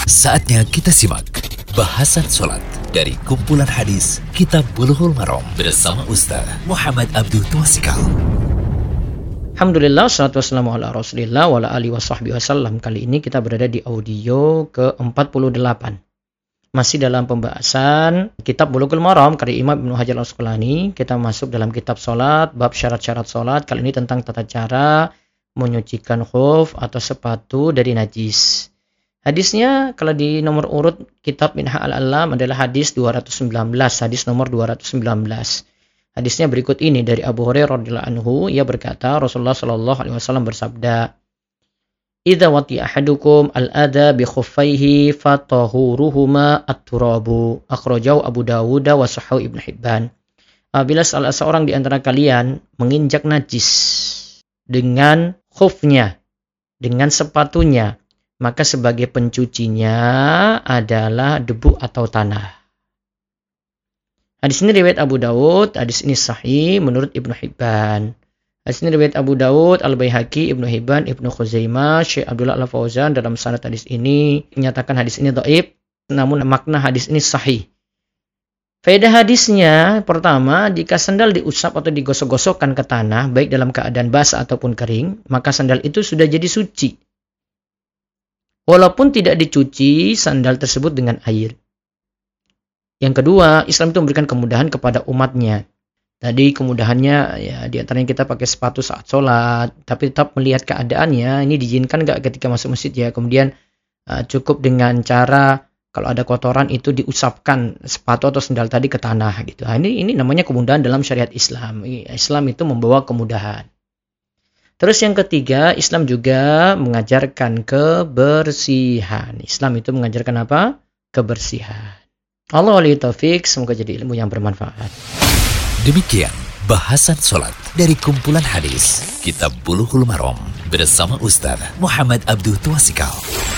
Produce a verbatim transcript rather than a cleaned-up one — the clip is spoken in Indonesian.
Saatnya kita simak bahasan sholat dari kumpulan hadis Kitab Bulughul Maram bersama Ustaz Muhammad Abdul Twasikal. Alhamdulillah, salatu wassalamu ala rasulillah wa ala alihi wa sahbihi wasallam. Kali ini kita berada di audio ke empat puluh delapan. Masih dalam pembahasan Kitab Bulughul Maram karya Imam Ibnu Hajar al-Asqalani. Kita masuk dalam kitab sholat, bab syarat-syarat sholat. Kali ini tentang tata cara menyucikan khuf atau sepatu dari najis. Hadisnya kalau di nomor urut kitab Minha al-Alam adalah hadis dua ratus sembilan belas, hadis nomor dua ratus sembilan belas. Hadisnya berikut ini dari Abu Hurairah radhiyallahu anhu, ia berkata Rasulullah sallallahu alaihi wasallam bersabda, "Idza wati ahadukum al-adha bi khuffaihi fatahuruhuma at-turabu." Akhrajahu Abu Dawud wa Sahahu Ibnu Hibban. Apabila salah seorang di antara kalian menginjak najis dengan khufnya, dengan sepatunya, maka sebagai pencucinya adalah debu atau tanah. Hadis ini riwayat Abu Dawud, hadis ini sahih menurut Ibnu Hibban. Hadis ini riwayat Abu Dawud, Al-Baihaqi, Ibnu Hibban, Ibnu Khuzaimah, Syekh Abdullah Al-Fauzan dalam sanad hadis ini menyatakan hadis ini dhaif, namun makna hadis ini sahih. Faedah hadisnya, pertama, jika sandal diusap atau digosok-gosokkan ke tanah, baik dalam keadaan basah ataupun kering, maka sandal itu sudah jadi suci. Walaupun tidak dicuci sandal tersebut dengan air. Yang kedua, Islam itu memberikan kemudahan kepada umatnya. Tadi kemudahannya, ya di antaranya kita pakai sepatu saat sholat, tapi tetap melihat keadaannya, ini diizinkan nggak ketika masuk masjid ya. Kemudian uh, cukup dengan cara kalau ada kotoran itu diusapkan sepatu atau sandal tadi ke tanah gitu. Nah, ini ini namanya kemudahan dalam syariat Islam. Islam itu membawa kemudahan. Terus yang ketiga, Islam juga mengajarkan kebersihan. Islam itu mengajarkan apa? Kebersihan. Allah wali taufik, semoga jadi ilmu yang bermanfaat. Demikian bahasan sholat dari kumpulan hadis Kitab Bulughul Maram bersama Ustaz Muhammad Abdul Twasikal.